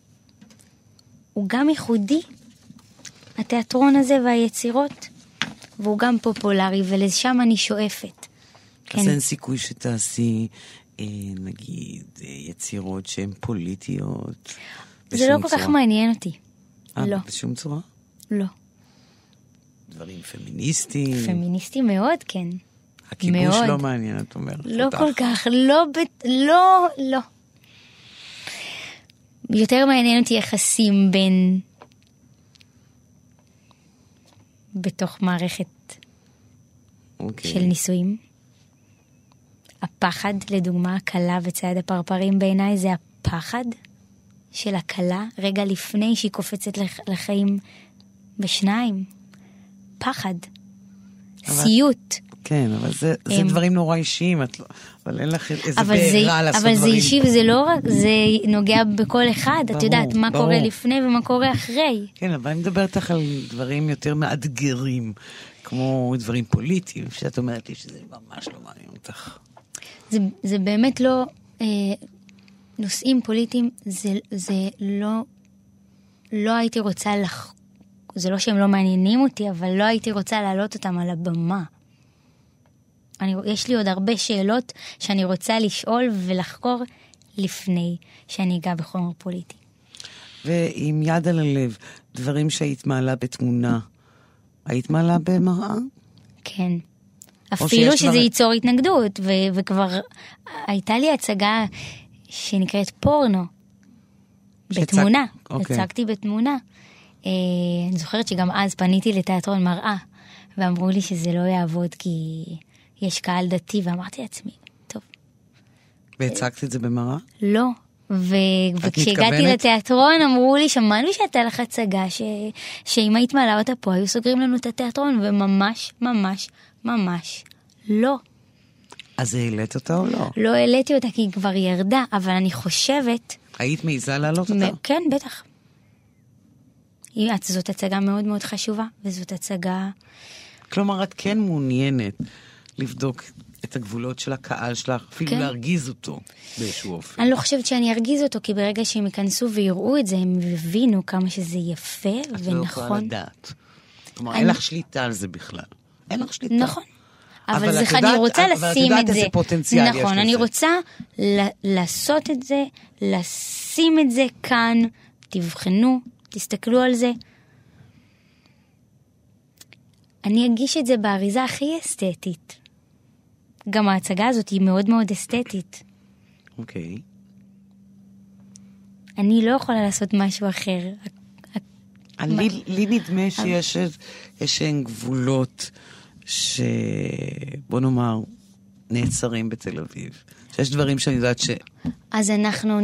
הוא גם ייחודי. התיאטרון הזה והיצירות והוא גם פופולרי, ולשם אני שואפת. אז אין סיכוי שתעשי, נגיד, יצירות שהן פוליטיות? זה לא כל כך מעניין אותי. לא. בשום צורה? לא. דברים פמיניסטיים? פמיניסטיים מאוד, כן. הכיבוש לא מעניין, את אומרת. לא כל כך, לא. יותר מעניין אותי יחסים בתוך מערכת של נישואים. הפחד, לדוגמה, הכלה וצעד הפרפרים בעיניי, זה הפחד של הכלה רגע לפני שהיא קופצת לחיים בשניים. פחד. סיוט. כן, אבל זה דברים נורא אישיים, אבל אין לך איזה בעירה לעשות דברים. אבל זה אישי וזה לא רק, זה נוגע בכל אחד, את יודעת מה קורה לפני ומה קורה אחרי. כן, אבל אני מדברת לך על דברים יותר מאתגרים, כמו דברים פוליטיים, שאת אומרת לי שזה ממש לא מעניין אותך. זה באמת לא, נושאים פוליטיים, זה לא הייתי רוצה זה לא שהם לא מעניינים אותי, אבל לא הייתי רוצה להעלות אותם על הבמה. יש לי עוד הרבה שאלות שאני רוצה לשאול ולחקור לפני שאני אגע בחומר פוליטי. ועם יד על הלב, דברים שהיית מעלה בתמונה, היית מעלה במראה? כן. אפילו שזה ייצור התנגדות, וכבר הייתה לי הצגה שנקראת פורנו, בתמונה. הצגתי בתמונה. אני זוכרת שגם אז פניתי לתיאטרון מראה, ואמרו לי שזה לא יעבוד כי יש קהל דתי, ואמרתי לעצמי, טוב. והצגת את זה במראה? לא. וכשהגעתי לתיאטרון אמרו לי, שמענו שהייתה לך הצגה שאם היית מעלה אותה פה היו סוגרים לנו את התיאטרון, וממש ממש ממש לא. אז העלית אותה או לא? לא העליתי אותה כי היא כבר ירדה, אבל אני חושבת... היית מעיזה להעלות אותה? כן, בטח. זאת הצגה מאוד מאוד חשובה, וזאת הצגה... כלומר, את כן מעוניינת לבדוק את הגבולות של הקהל שלך, אפילו כן. להרגיז אותו באיזשהו אופן. אני לא חושבת שאני ארגיז אותו, כי ברגע שהם ייכנסו ויראו את זה, הם הבינו כמה שזה יפה ונכון. את לא יכולה לדעת. כלומר, אין לך שליטה על זה בכלל. אין לך שליטה. נכון. אבל אני רוצה לשים את זה. איזה פוטנציאל יש לזה. נכון, אני רוצה לעשות את זה, לשים את זה כאן, תבחנו, תסתכלו על זה. אני אגיש את זה באריזה הכי אסתטית. גם ההצגה הזאת היא מאוד מאוד אסתטית. אוקיי. אני לא יכולה לעשות משהו אחר. לי נדמה שיש גבולות שבוא נאמר נעצרים בתל אביב. שיש דברים שאני יודעת אז אנחנו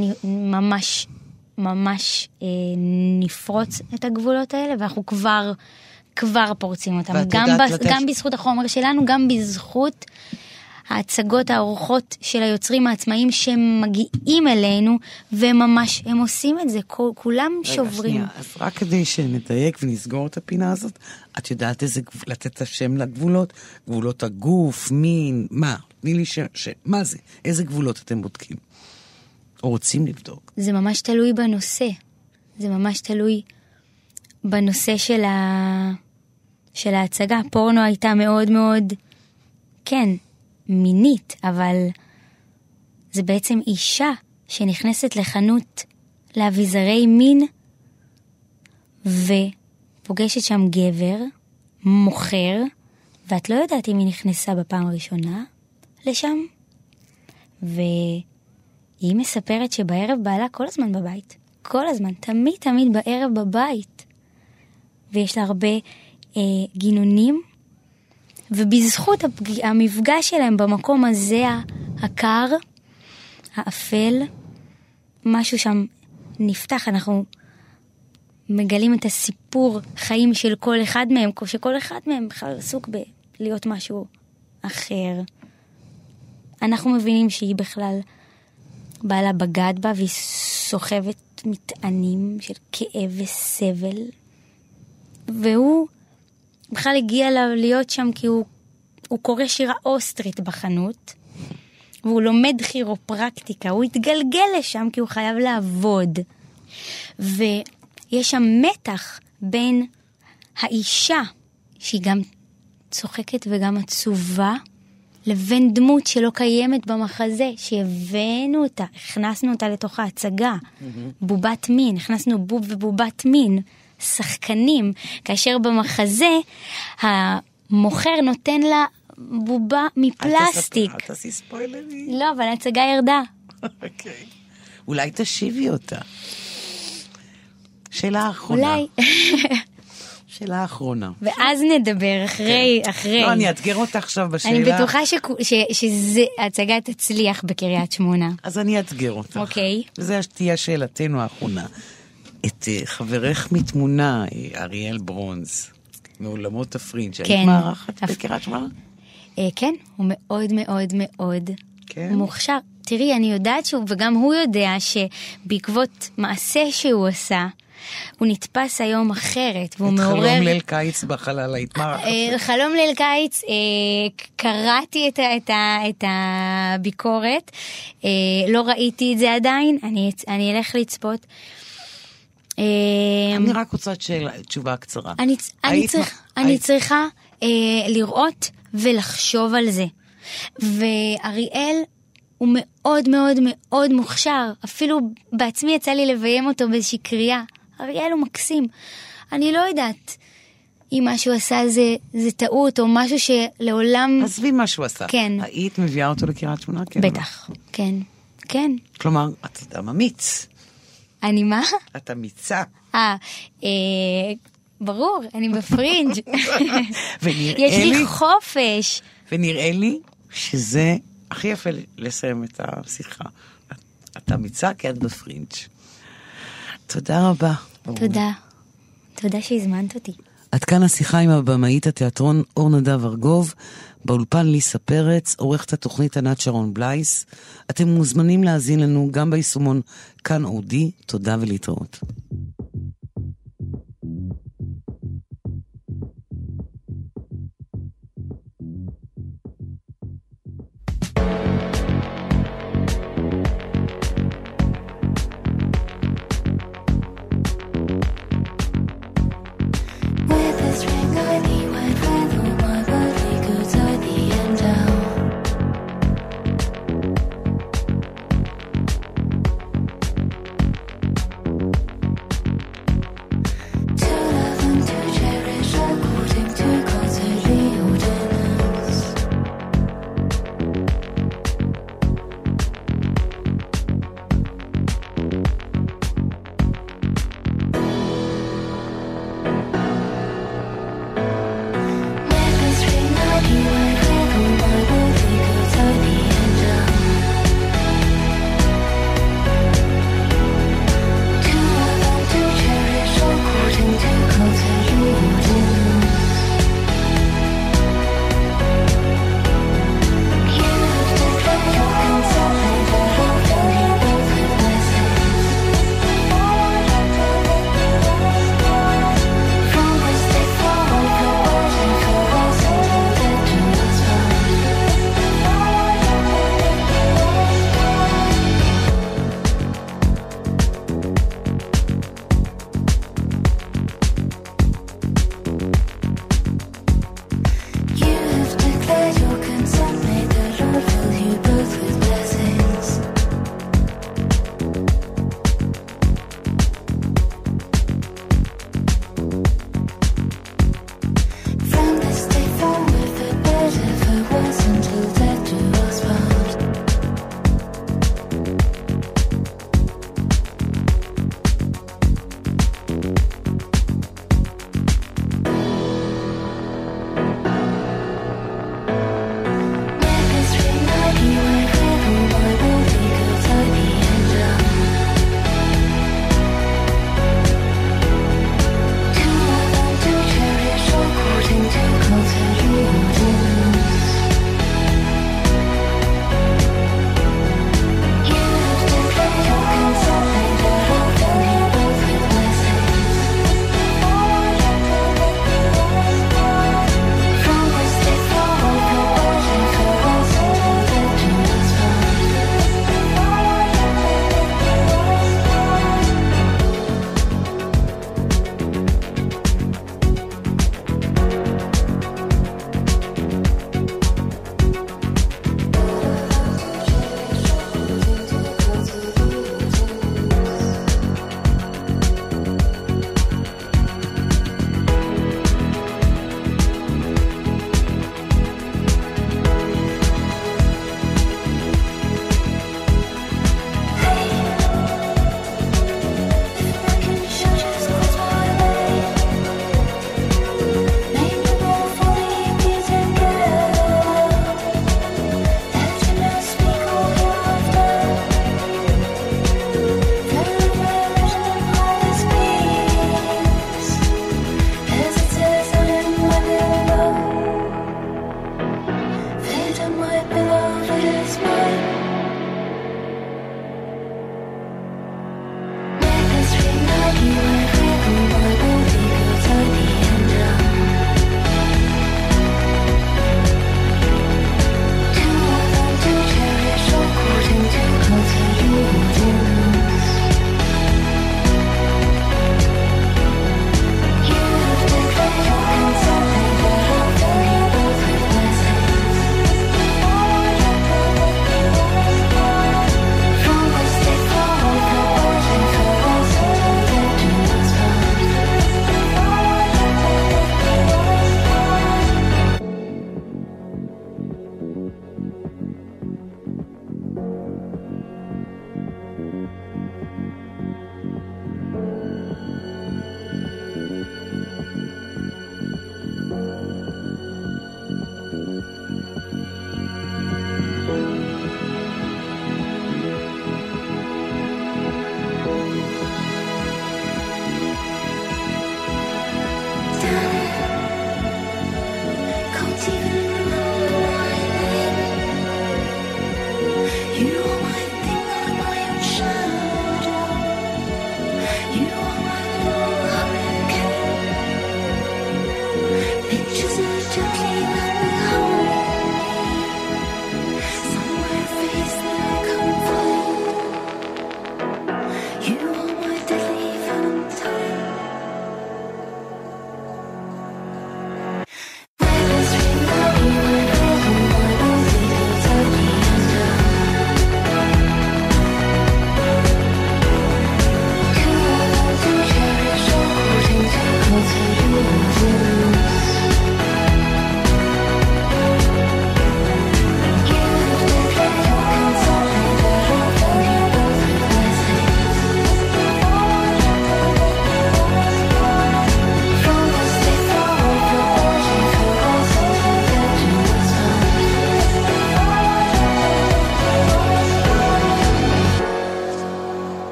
ממש נפרוץ את הגבולות האלה, ואנחנו כבר פורצים אותם. גם בזכות החומר שלנו, גם בזכות ההצגות האורחות של היוצרים העצמאיים שמגיעים אלינו, וממש הם עושים את זה, כולם שוברים. שנייה, אז רק כדי שנדייק ונסגור את הפינה הזאת, את יודעת לתת את השם לגבולות? גבולות הגוף, מין, מה? תני לי מה זה? איזה גבולות אתם בודקים? או רוצים לבדוק? זה ממש תלוי בנושא. זה ממש תלוי בנושא של ההצגה. פורנו הייתה מאוד מאוד, כן, מינית, אבל זה בעצם אישה שנכנסת לחנות לאביזרי מין ופוגשת שם גבר, מוכר, ואת לא יודעת אם היא נכנסה בפעם הראשונה לשם, והיא מספרת שבערב בעלה כל הזמן בבית, כל הזמן, תמיד בערב בבית, ויש לה הרבה גינונים, ובזכות המפגש שלהם במקום הזה, הקר, האפל, משהו שם נפתח, אנחנו מגלים את הסיפור חיים של כל אחד מהם, שכל אחד מהם עסוק בלהיות משהו אחר. אנחנו מבינים שהיא בכלל בעלה בגד בה, והיא סוחבת מטענים של כאב וסבל, והוא בכלל הגיע להיות שם כי הוא קורא שירה אוסטרית בחנות, והוא לומד כירופרקטיקה, הוא התגלגל לשם כי הוא חייב לעבוד. ויש שם מתח בין האישה, שהיא גם צוחקת וגם עצובה, לבין דמות שלא קיימת במחזה, שהבאנו אותה, הכנסנו אותה לתוך ההצגה, בובת מין, הכנסנו בוב ובובת מין, שחקנים, כאשר במחזה המוכר נותן לה בובה מפלסטיק. אל תעשי ספוילרים. לא, אבל ההצגה ירדה. אוקיי. אולי תשיבי אותה. שאלה אחרונה. אולי. שאלה אחרונה. ואז נדבר אחרי. לא, אני אתגר אותך עכשיו בשאלה. אני בטוחה שההצגה תצליח בקריית שמונה. אז אני אתגר אותך. אוקיי. וזו תהיה שאלתנו האחרונה. את חברך מתמונה, אריאל ברונז, מעולמות הפרינג'. כן. היית מארחת בקריית שמונה? כן, הוא מאוד מאוד מאוד כן. מוכשר. תראי, אני יודעת שהוא, וגם הוא יודע שבעקבות מעשה שהוא עשה, הוא נתפס היום אחרת, והוא מעורר... חלום ליל קיץ בחלל, היית מארחת? חלום ליל קיץ, קראתי את הביקורת, לא ראיתי את זה עדיין, אני אלך לצפות. אני רק רוצה תשובה קצרה. אני צריכה לראות ולחשוב על זה. ואריאל הוא מאוד מאוד מאוד מוכשר. אפילו בעצמי יצא לי לביים אותו באיזושהי קריאה. אריאל הוא מקסים. אני לא יודעת אם מה שהוא עשה זה טעות או משהו שלעולם... עזבי מה שהוא עשה. כן. היית מביאה אותו לקריית שמונה? כן. בטח. כן. כן. כלומר, את אדם אמיץ. אני מה? את אמיצה. ברור, אני בפרינג'. ונראה יש לי חופש. ונראה לי שזה הכי יפה לסיים את השיחה. את אמיצה כי את בפרינג'. תודה רבה. תודה. תודה שהזמנת אותי. עד כאן השיחה עם הבמאית התיאטרון אור נדב ארגוב, באולפן ליסה פרץ, עורכת התוכנית ענת שרון בלייס. אתם מוזמנים להאזין לנו גם ביישומון כאן אודי. תודה ולהתראות.